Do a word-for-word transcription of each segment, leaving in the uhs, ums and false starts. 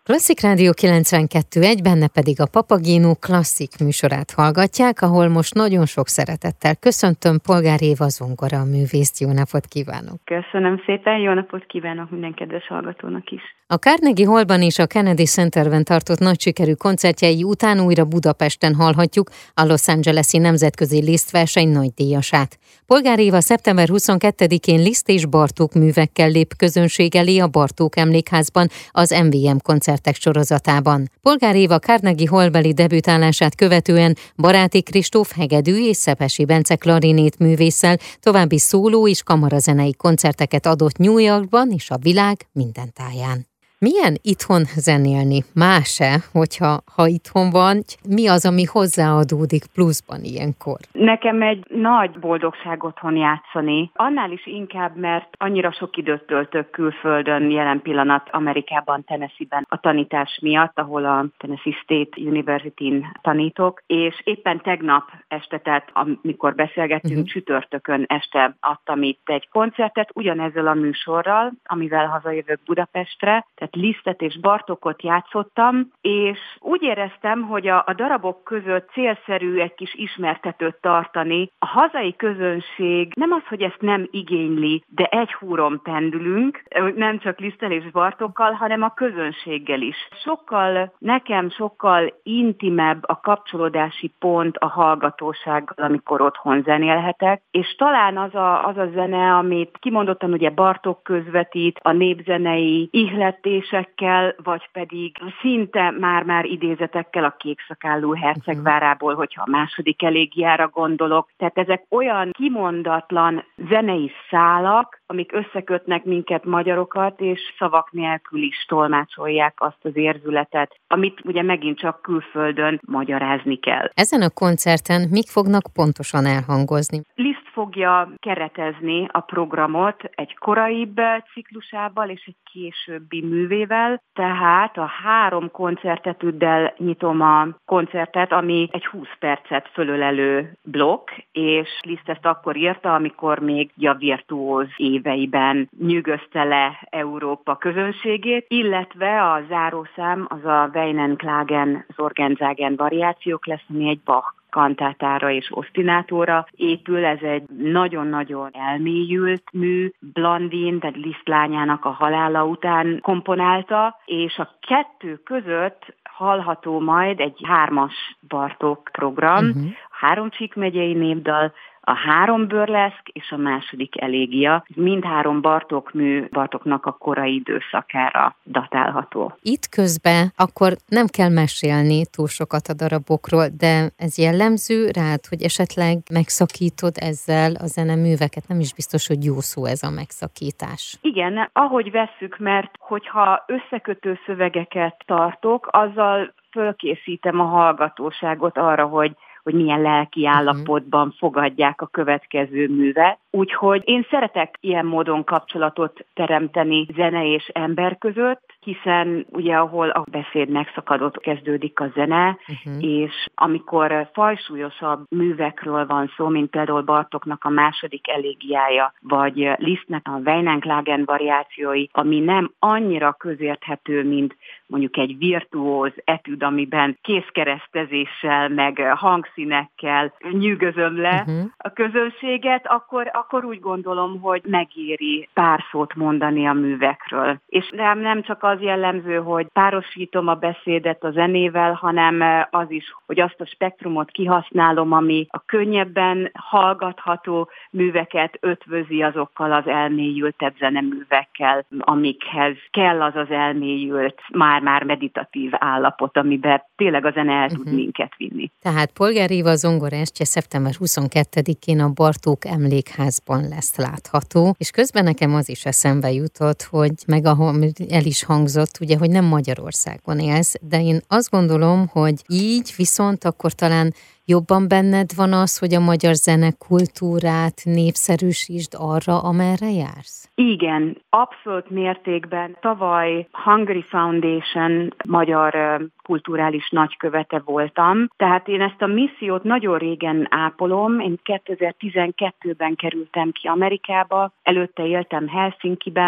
Klasszik Rádió kilencvenkettő egyen, benne pedig a Papagéno klasszik műsorát hallgatják, ahol most nagyon sok szeretettel köszöntöm Polgár Éva zongora művészt. Jó napot kívánok! Köszönöm szépen, jó napot kívánok minden kedves hallgatónak is! A Carnegie Hallban és a Kennedy Centerben tartott nagy sikerű koncertjei után újra Budapesten hallhatjuk a Los Angeles-i Nemzetközi Lisztverseny nagydíjasát. Polgár Éva szeptember huszonkettedikén Liszt és Bartók művekkel lép közönség elé a Bartók Emlékházban az em vé em koncertek sorozatában. Polgár Éva Carnegie Hallbeli debütálását követően Baráti Kristóf hegedű és Szepesi Bence klarinét művésszel további szóló és kamarazenei koncerteket adott New Yorkban és a világ minden táján. Milyen itthon zenélni? Más-e, hogyha ha itthon van? Mi az, ami hozzáadódik pluszban ilyenkor? Nekem egy nagy boldogság otthon játszani. Annál is inkább, mert annyira sok időt töltök külföldön, jelen pillanat Amerikában, Tennessee-ben a tanítás miatt, ahol a Tennessee State University-n tanítok, és éppen tegnap este, tehát amikor beszélgettünk, uh-huh. csütörtökön este adtam itt egy koncertet, ugyanezzel a műsorral, amivel hazajövök Budapestre, tehát Lisztet és Bartókot játszottam, és úgy éreztem, hogy a, a darabok között célszerű egy kis ismertetőt tartani. A hazai közönség nem az, hogy ezt nem igényli, de egy húron pendülünk, nem csak Liszttel és Bartókkal, hanem a közönséggel is. Sokkal, nekem sokkal intimebb a kapcsolódási pont a hallgatósággal, amikor otthon zenélhetek, és talán az a, az a zene, amit kimondottan ugye Bartók közvetít, a népzenei ihletés, vagy pedig szinte már-már idézetekkel a Kékszakállú hercegvárából, hogyha a második elégiára gondolok. Tehát ezek olyan kimondatlan zenei szálak, amik összekötnek minket magyarokat, és szavak nélkül is tolmácsolják azt az érzületet, amit ugye megint csak külföldön magyarázni kell. Ezen a koncerten mik fognak pontosan elhangozni? Liszt fogja keretezni a programot egy koraibb ciklusával és egy későbbi művével, tehát a három koncertetűddel nyitom a koncertet, ami egy húsz percet fölölelő blokk, és Liszt ezt akkor írta, amikor még a virtuóz éveiben nyűgözte le Európa közönségét, illetve a zárószám az a Weinen Klagen Sorgensagen variációk lesz, ami egy Bach kantátára és osztinátóra épül. Ez egy nagyon-nagyon elmélyült mű, Blandine, tehát Liszt lányának a halála után komponálta, és a kettő között hallható majd egy hármas Bartók program, uh-huh. három Csík megyei népdal, a három bőrleszk és a második elégia. Mindhárom Bartók mű Bartóknak a korai időszakára datálható. Itt közben akkor nem kell mesélni túl sokat a darabokról, de ez jellemző rád, hogy esetleg megszakítod ezzel a zeneműveket? Nem is biztos, hogy jó szó ez a megszakítás. Igen, ahogy vesszük, mert hogyha összekötő szövegeket tartok, azzal fölkészítem a hallgatóságot arra, hogy hogy milyen lelki állapotban fogadják a következő művet. Úgyhogy én szeretek ilyen módon kapcsolatot teremteni zene és ember között, hiszen ugye ahol a beszéd megszakadott, kezdődik a zene, uh-huh. és amikor fajsúlyosabb művekről van szó, mint például Bartóknak a második elégiája, vagy Lisztnek a Weinen Klagen variációi, ami nem annyira közérthető, mint mondjuk egy virtuóz etüd, amiben kézkeresztezéssel, meg hangszínekkel nyűgözöm le uh-huh. a közönséget, akkor, akkor úgy gondolom, hogy megéri pár szót mondani a művekről. És nem, nem csak az jellemző, hogy párosítom a beszédet a zenével, hanem az is, hogy azt a spektrumot kihasználom, ami a könnyebben hallgatható műveket ötvözi azokkal az elmélyültebb zeneművekkel, amikhez kell az az elmélyült, már-már meditatív állapot, amiben tényleg a zene el tud uh-huh. minket vinni. Tehát Polgár Éva zongorástja szeptember huszonkettedikén a Bartók Emlékházban lesz látható, és közben nekem az is eszembe jutott, hogy meg ahol el is hangzott, ugye, hogy nem Magyarországon élsz, de én azt gondolom, hogy így viszont akkor talán jobban benned van az, hogy a magyar zenekultúrát népszerűsítsd arra, amerre jársz? Igen, abszolút mértékben. Tavaly Hungary Foundation magyar kulturális nagykövete voltam, tehát én ezt a missziót nagyon régen ápolom. Én kétezer-tizenkettőben kerültem ki Amerikába, előtte éltem Helsinkiben,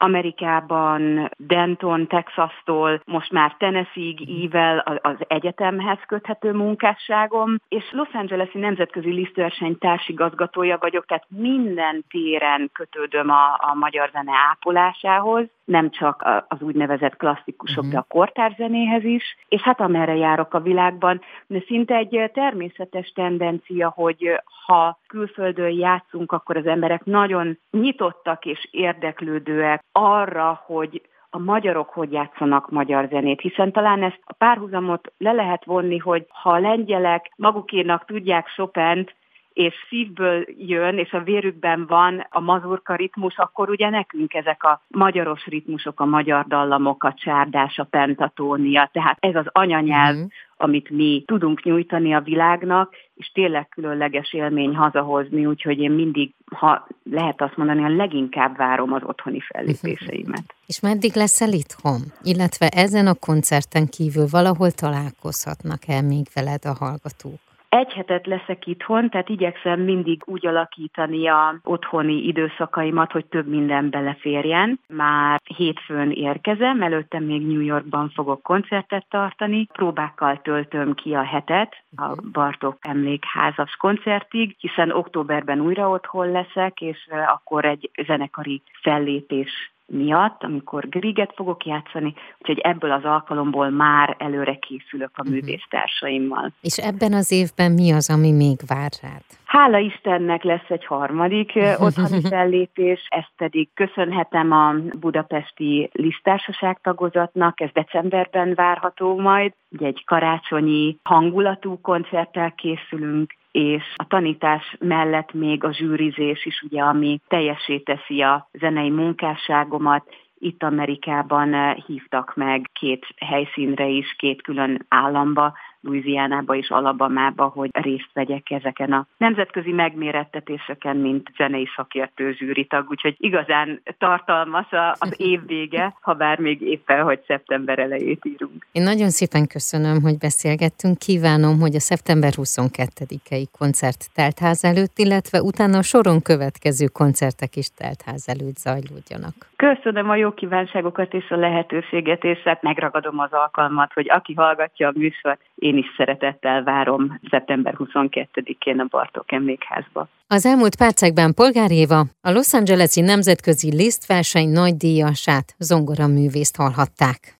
Amerikában Denton, Texastól, most már Tennessee-ig ível az egyetemhez köthető munkásságom, és Los Angeles-i Nemzetközi Lisztverseny társigazgatója vagyok, tehát minden téren kötődöm a, a magyar zene ápolásához, nem csak az úgynevezett klasszikusok, uh-huh. de a kortárs zenéhez is, és hát amerre járok a világban, de szinte egy természetes tendencia, hogy ha külföldön játszunk, akkor az emberek nagyon nyitottak és érdeklődőek arra, hogy a magyarok hogy játszanak magyar zenét, hiszen talán ezt a párhuzamot le lehet vonni, hogy ha a lengyelek magukénak tudják Chopint, és szívből jön, és a vérükben van a mazurka ritmus, akkor ugye nekünk ezek a magyaros ritmusok, a magyar dallamok, a csárdás, a pentatónia, tehát ez az anyanyelv, mm. amit mi tudunk nyújtani a világnak, és tényleg különleges élmény hazahozni, úgyhogy én mindig, ha lehet azt mondani, a leginkább várom az otthoni fellépéseimet. És meddig leszel itthon? Illetve ezen a koncerten kívül valahol találkozhatnak el még veled a hallgatók? Egy hetet leszek itthon, tehát igyekszem mindig úgy alakítani a otthoni időszakaimat, hogy több minden beleférjen. Már hétfőn érkezem, előtte még New Yorkban fogok koncertet tartani. Próbákkal töltöm ki a hetet a Bartók Emlékházas koncertig, hiszen októberben újra otthon leszek, és akkor egy zenekari fellépés miatt, amikor Grieget fogok játszani, úgyhogy ebből az alkalomból már előre készülök a művésztársaimmal. És ebben az évben mi az, ami még vár rád? Hála Istennek lesz egy harmadik otthoni fellépés, ezt pedig köszönhetem a budapesti Liszttársaság tagozatnak, ez decemberben várható majd, ugye egy karácsonyi hangulatú koncerttel készülünk, és a tanítás mellett még a zsűrizés is, ugye, ami teljessé teszi a zenei munkásságomat. Itt Amerikában hívtak meg két helyszínre is, két külön államba, Louisianába és Alabamába, hogy részt vegyek ezeken a nemzetközi megmérettetéseken, mint zenei szakértő zsűritag, úgyhogy igazán tartalmas az év vége, ha bár még éppen, hogy szeptember elejét írunk. Én nagyon szépen köszönöm, hogy beszélgettünk. Kívánom, hogy a szeptember huszonkettedikei koncert teltház előtt, illetve utána a soron következő koncertek is teltház előtt zajlódjanak. Köszönöm a jó kívánságokat és a lehetőséget, és hát megragadom az alkalmat, hogy aki hallgatja a műsort, én is szeretettel várom szeptember huszonkettedikén a Bartók Emlékházba. Az elmúlt percekben Polgár Éva, a Los Angeles-i Nemzetközi Lisztverseny nagydíjasát, zongoraművészt hallhatták.